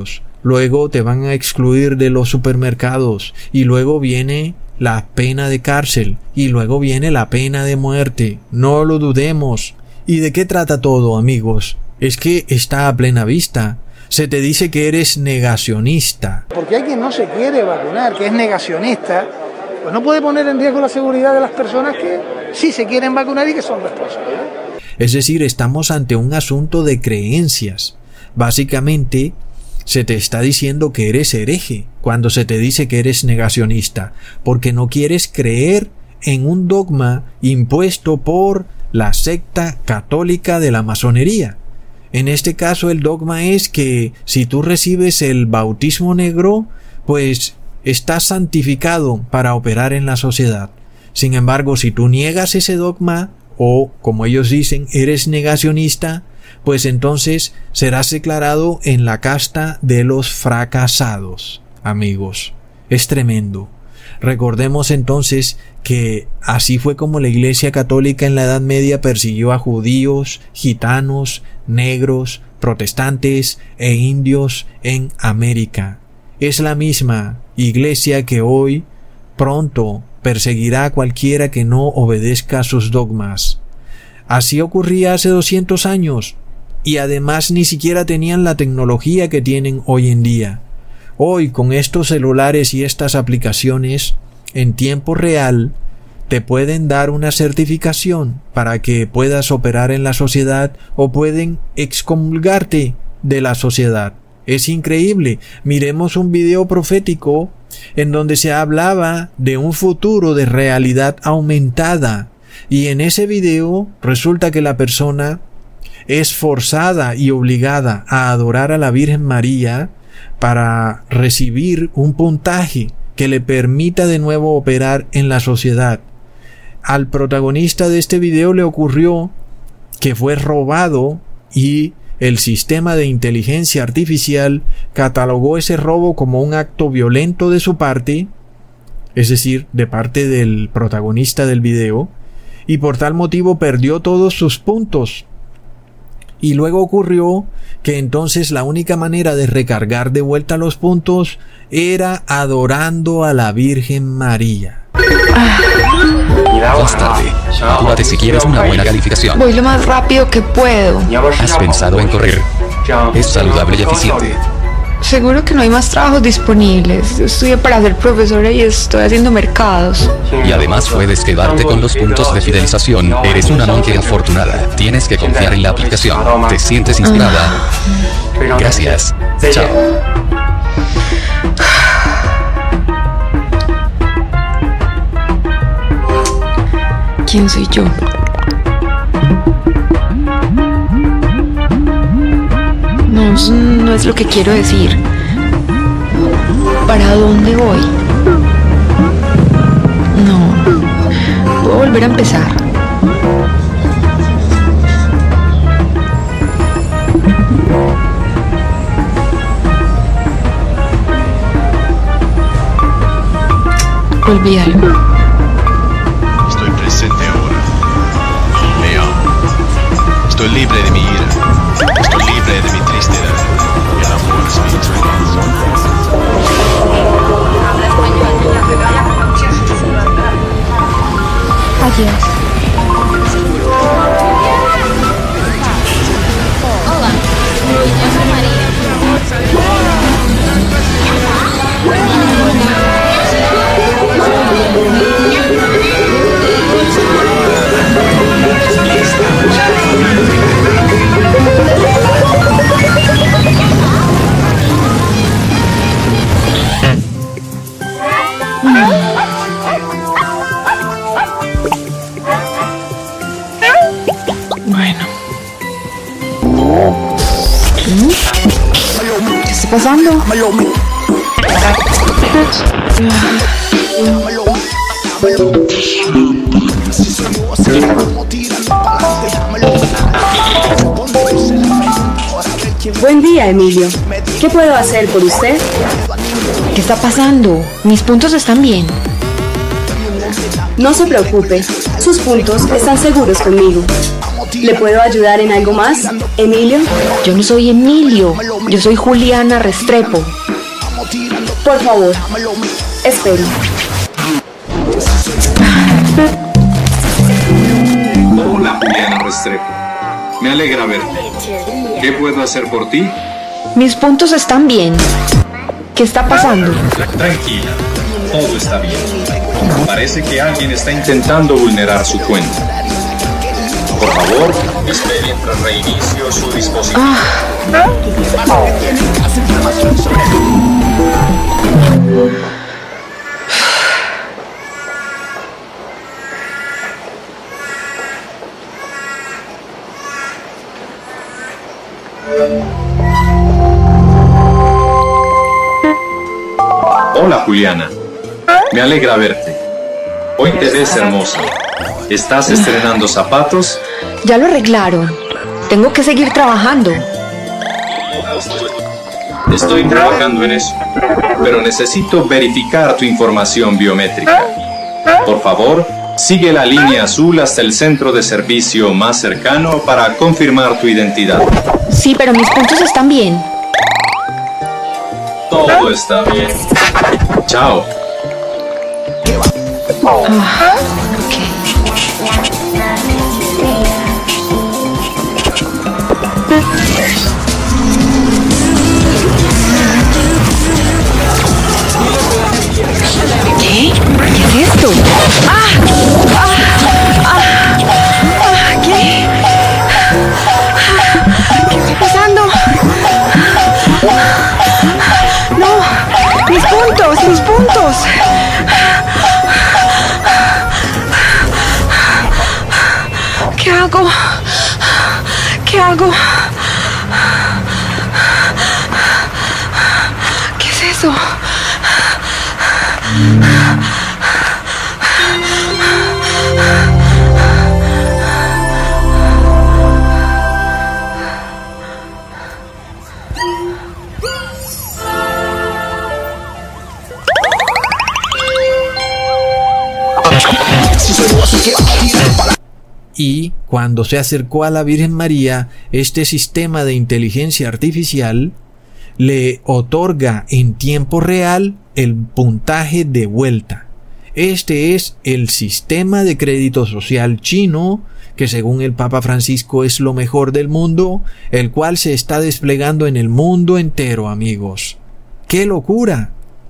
luego te van a excluir de los supermercados, y luego viene la pena de cárcel, y luego viene la pena de muerte. No lo dudemos. ¿Y de qué trata todo, amigos? Es que está a plena vista. Se te dice que eres negacionista. Porque hay quien no se quiere vacunar, que es negacionista, pues no puede poner en riesgo la seguridad de las personas que sí se quieren vacunar y que son responsables. Es decir, estamos ante un asunto de creencias. Básicamente, se te está diciendo que eres hereje cuando se te dice que eres negacionista, porque no quieres creer en un dogma impuesto por la secta católica de la masonería. En este caso, el dogma es que si tú recibes el bautismo negro, pues estás santificado para operar en la sociedad. Sin embargo, si tú niegas ese dogma, o, como ellos dicen, eres negacionista, pues entonces serás declarado en la casta de los fracasados, amigos. Es tremendo. Recordemos entonces que así fue como la Iglesia Católica en la Edad Media persiguió a judíos, gitanos, negros, protestantes e indios en América. Es la misma Iglesia que hoy pronto perseguirá a cualquiera que no obedezca a sus dogmas. Así ocurría hace doscientos años, y además ni siquiera tenían la tecnología que tienen hoy en día. Hoy, con estos celulares y estas aplicaciones, en tiempo real, te pueden dar una certificación para que puedas operar en la sociedad, o pueden excomulgarte de la sociedad. Es increíble. Miremos un video profético en donde se hablaba de un futuro de realidad aumentada, y en ese video resulta que la persona es forzada y obligada a adorar a la Virgen María para recibir un puntaje que le permita de nuevo operar en la sociedad. Al protagonista de este video le ocurrió que fue robado, y el sistema de inteligencia artificial catalogó ese robo como un acto violento de su parte, es decir, de parte del protagonista del video, y por tal motivo perdió todos sus puntos. Y luego ocurrió que entonces la única manera de recargar de vuelta los puntos era adorando a la Virgen María. Más tarde, apúrate si quieres una buena calificación. Voy lo más rápido que puedo. ¿Has pensado en correr? Es saludable y eficiente. Seguro que no hay más trabajos disponibles. Yo estudié para ser profesora y estoy haciendo mercados. Y además puedes quedarte con los puntos de fidelización. Eres una monje afortunada. Tienes que confiar en la aplicación. ¿Te sientes inspirada? Gracias. Chao. ¿Quién soy yo? No, no es lo que quiero decir. ¿Para dónde voy? No. Puedo volver a empezar. Olvídalo. Estoy presente ahora. Me amo. Estoy libre de mi ira. Estoy libre de mi tristeza. El amor es mi trenza. Adiós. Hola, me llamo María. Bueno. ¿Qué está pasando? Buen día, Emilio. ¿Qué puedo hacer por usted? ¿Qué está pasando? Mis puntos están bien. No se preocupe. Sus puntos están seguros conmigo. ¿Le puedo ayudar en algo más, Emilio? Yo no soy Emilio, yo soy Juliana Restrepo. Por favor, espero. Hola, Juliana Restrepo. Me alegra verte. ¿Qué puedo hacer por ti? Mis puntos están bien. ¿Qué está pasando? Tranquila, todo está bien. Parece que alguien está intentando vulnerar su cuenta. Por favor, espere mientras reinicio su dispositivo. Ah. Hola, Juliana. Me alegra verte. Hoy te ves hermosa. ¿Estás estrenando zapatos? Ya lo arreglaron. Tengo que seguir trabajando. Estoy trabajando en eso, pero necesito verificar tu información biométrica. Por favor, sigue la línea azul hasta el centro de servicio más cercano para confirmar tu identidad. Sí, pero mis puntos están bien. Todo está bien. Chao. Ah, ok. ¿Qué? ¿Qué es esto? ¡Ah! ¡Ah! ¡Ah! ¡Ah! ¿Qué? ¿Qué está pasando? ¡No! ¡Mis puntos! ¡Mis puntos! ¿Qué hago? ¿Qué hago? ¿Qué es eso? Y cuando se acercó a la Virgen María, este sistema de inteligencia artificial le otorga en tiempo real el puntaje de vuelta. Este es el sistema de crédito social chino, que según el Papa Francisco es lo mejor del mundo, el cual se está desplegando en el mundo entero, amigos. ¡Qué locura!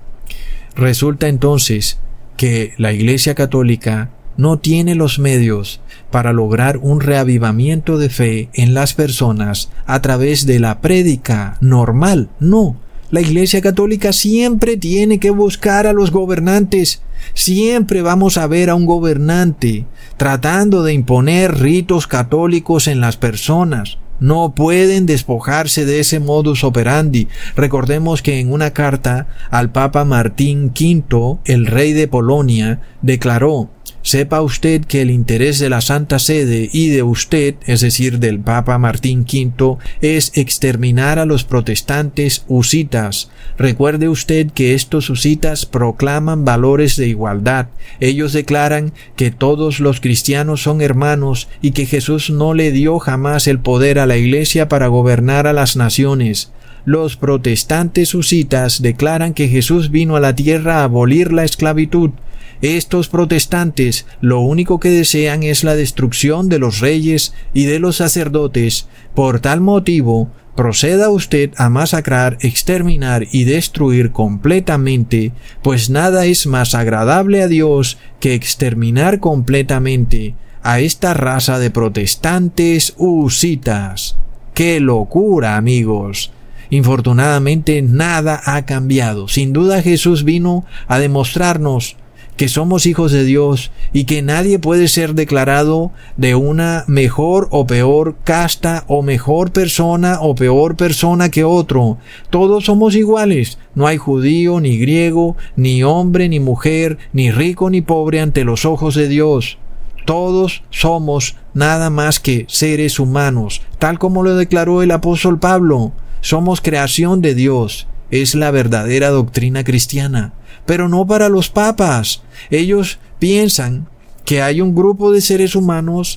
Resulta entonces que la Iglesia Católica no tiene los medios para lograr un reavivamiento de fe en las personas a través de la prédica normal. No, la Iglesia Católica siempre tiene que buscar a los gobernantes. Siempre vamos a ver a un gobernante tratando de imponer ritos católicos en las personas. No pueden despojarse de ese modus operandi. Recordemos que en una carta al Papa Martín quinto, el rey de Polonia, declaró: sepa usted que el interés de la Santa Sede y de usted, es decir, del Papa Martín quinto, es exterminar a los protestantes husitas. Recuerde usted que estos husitas proclaman valores de igualdad. Ellos declaran que todos los cristianos son hermanos y que Jesús no le dio jamás el poder a la Iglesia para gobernar a las naciones. Los protestantes husitas declaran que Jesús vino a la tierra a abolir la esclavitud. Estos protestantes lo único que desean es la destrucción de los reyes y de los sacerdotes. Por tal motivo, proceda usted a masacrar, exterminar y destruir completamente, pues nada es más agradable a Dios que exterminar completamente a esta raza de protestantes husitas. ¡Qué locura, amigos! Infortunadamente nada ha cambiado. Sin duda Jesús vino a demostrarnos que somos hijos de Dios y que nadie puede ser declarado de una mejor o peor casta o mejor persona o peor persona que otro. Todos somos iguales. No hay judío ni griego, ni hombre ni mujer, ni rico ni pobre ante los ojos de Dios. Todos somos nada más que seres humanos, tal como lo declaró el apóstol Pablo. Somos creación de Dios. Es la verdadera doctrina cristiana. Pero no para los papas. Ellos piensan que hay un grupo de seres humanos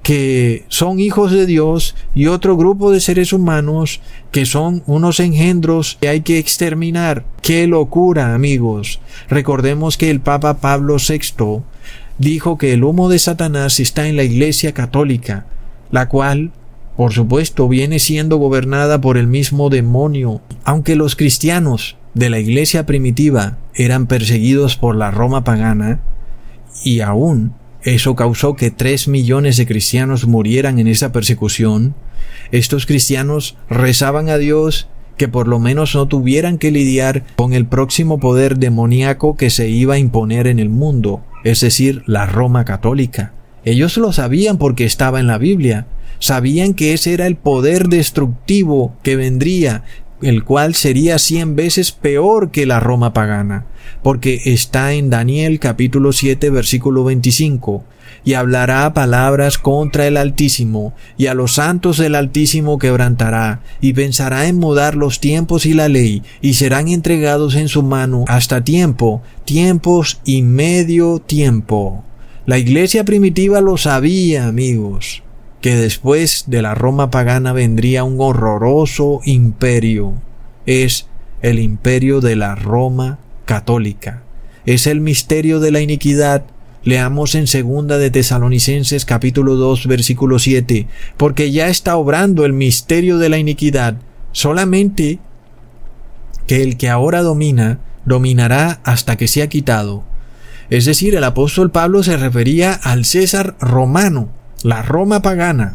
que son hijos de Dios y otro grupo de seres humanos que son unos engendros que hay que exterminar. ¡Qué locura, amigos! Recordemos que el Papa Pablo sexto dijo que el humo de Satanás está en la Iglesia Católica, la cual, por supuesto, viene siendo gobernada por el mismo demonio. Aunque los cristianos de la Iglesia primitiva eran perseguidos por la Roma pagana, y aún eso causó que tres millones de cristianos murieran en esa persecución, estos cristianos rezaban a Dios que por lo menos no tuvieran que lidiar con el próximo poder demoníaco que se iba a imponer en el mundo, es decir, la Roma católica. Ellos lo sabían porque estaba en la Biblia. Sabían que ese era el poder destructivo que vendría, el cual sería cien veces peor que la Roma pagana, porque está en Daniel capítulo siete versículo veinticinco, y hablará palabras contra el Altísimo, y a los santos del Altísimo quebrantará, y pensará en mudar los tiempos y la ley, y serán entregados en su mano hasta tiempo, tiempos y medio tiempo. La iglesia primitiva lo sabía, amigos, que después de la Roma pagana vendría un horroroso imperio. Es el imperio de la Roma católica. Es el misterio de la iniquidad. Leamos en segunda de Tesalonicenses capítulo dos versículo siete, porque ya está obrando el misterio de la iniquidad, solamente que el que ahora domina, dominará hasta que sea quitado. Es decir, el apóstol Pablo se refería al César romano, la Roma pagana,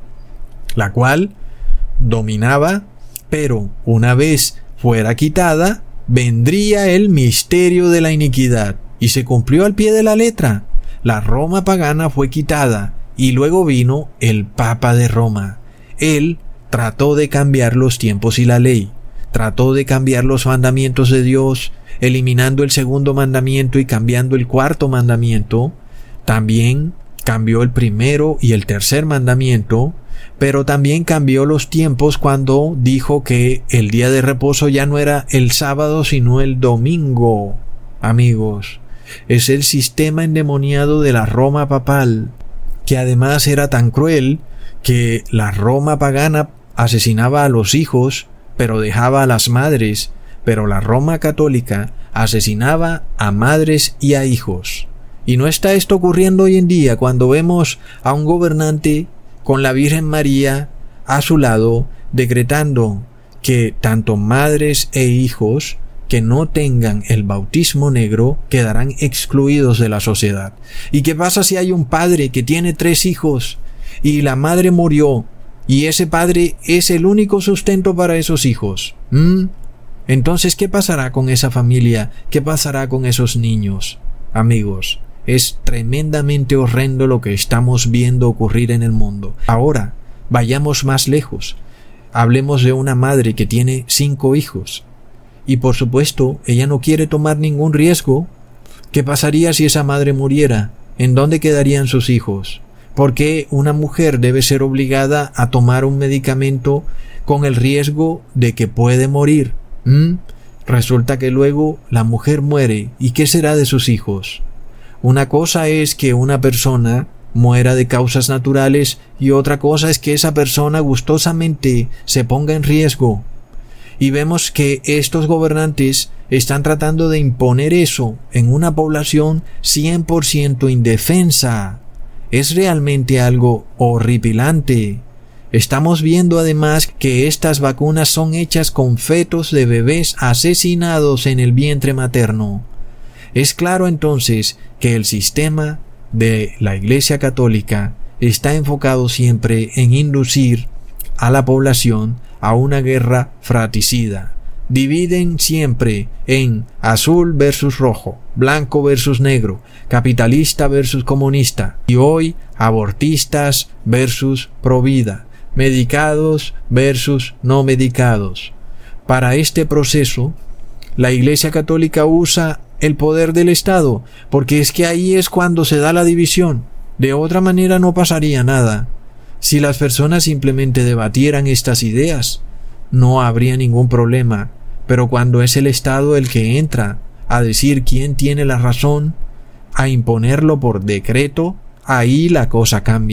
la cual dominaba, pero una vez fuera quitada, vendría el misterio de la iniquidad, y se cumplió al pie de la letra. La Roma pagana fue quitada, y luego vino el Papa de Roma. Él trató de cambiar los tiempos y la ley, trató de cambiar los mandamientos de Dios, eliminando el segundo mandamiento y cambiando el cuarto mandamiento. También cambió el primero y el tercer mandamiento, pero también cambió los tiempos cuando dijo que el día de reposo ya no era el sábado sino el domingo. Amigos, es el sistema endemoniado de la Roma papal, que además era tan cruel que la Roma pagana asesinaba a los hijos, pero dejaba a las madres, pero la Roma católica asesinaba a madres y a hijos. Y no está esto ocurriendo hoy en día cuando vemos a un gobernante con la Virgen María a su lado decretando que tanto madres e hijos que no tengan el bautismo negro quedarán excluidos de la sociedad. ¿Y qué pasa si hay un padre que tiene tres hijos y la madre murió y ese padre es el único sustento para esos hijos? ¿Mm? Entonces, ¿qué pasará con esa familia? ¿Qué pasará con esos niños? Amigos, es tremendamente horrendo lo que estamos viendo ocurrir en el mundo. Ahora, vayamos más lejos. Hablemos de una madre que tiene cinco hijos. Y por supuesto, ella no quiere tomar ningún riesgo. ¿Qué pasaría si esa madre muriera? ¿En dónde quedarían sus hijos? ¿Por qué una mujer debe ser obligada a tomar un medicamento con el riesgo de que puede morir? ¿Mm? Resulta que luego la mujer muere. ¿Y qué será de sus hijos? Una cosa es que una persona muera de causas naturales y otra cosa es que esa persona gustosamente se ponga en riesgo. Y vemos que estos gobernantes están tratando de imponer eso en una población cien por ciento indefensa. Es realmente algo horripilante. Estamos viendo además que estas vacunas son hechas con fetos de bebés asesinados en el vientre materno. Es claro entonces que el sistema de la Iglesia Católica está enfocado siempre en inducir a la población a una guerra fratricida. Dividen siempre en azul versus rojo, blanco versus negro, capitalista versus comunista, y hoy abortistas versus provida, medicados versus no medicados. Para este proceso, la Iglesia Católica usa el poder del Estado, porque es que ahí es cuando se da la división. De otra manera no pasaría nada. Si las personas simplemente debatieran estas ideas, no habría ningún problema. Pero cuando es el Estado el que entra a decir quién tiene la razón, a imponerlo por decreto, ahí la cosa cambia.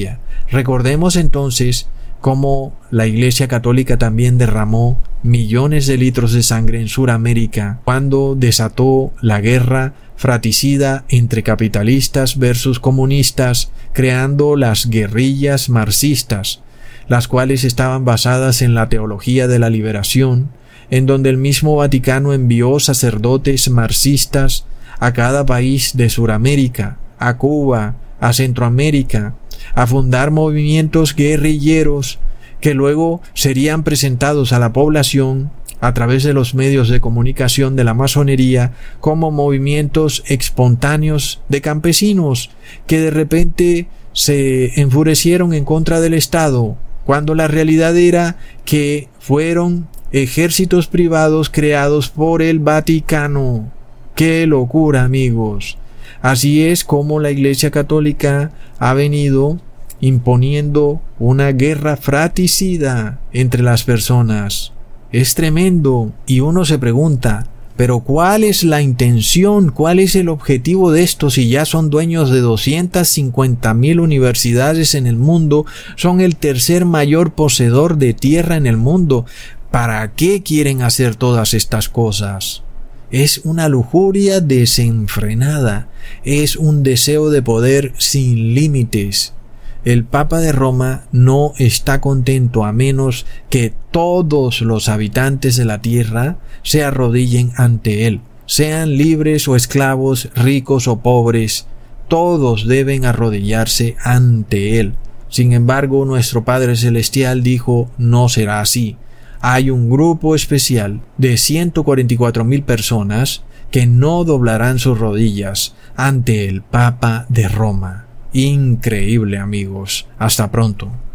Recordemos entonces cómo la Iglesia Católica también derramó millones de litros de sangre en Sudamérica cuando desató la guerra fratricida entre capitalistas versus comunistas, creando las guerrillas marxistas, las cuales estaban basadas en la teología de la liberación, en donde el mismo Vaticano envió sacerdotes marxistas a cada país de Sudamérica, a Cuba, a Centroamérica, a fundar movimientos guerrilleros que luego serían presentados a la población a través de los medios de comunicación de la masonería como movimientos espontáneos de campesinos que de repente se enfurecieron en contra del Estado, cuando la realidad era que fueron ejércitos privados creados por el Vaticano. ¡Qué locura, amigos! Así es como la Iglesia Católica ha venido imponiendo una guerra fratricida entre las personas. Es tremendo, y uno se pregunta, pero ¿cuál es la intención? ¿Cuál es el objetivo de esto si ya son dueños de doscientas cincuenta mil universidades en el mundo? Son el tercer mayor poseedor de tierra en el mundo. ¿Para qué quieren hacer todas estas cosas? Es una lujuria desenfrenada, es un deseo de poder sin límites. El Papa de Roma no está contento a menos que todos los habitantes de la tierra se arrodillen ante él, sean libres o esclavos, ricos o pobres, todos deben arrodillarse ante él. Sin embargo, nuestro Padre Celestial dijo, no será así. Hay un grupo especial de ciento cuarenta y cuatro mil personas que no doblarán sus rodillas ante el Papa de Roma. Increíble, amigos. Hasta pronto.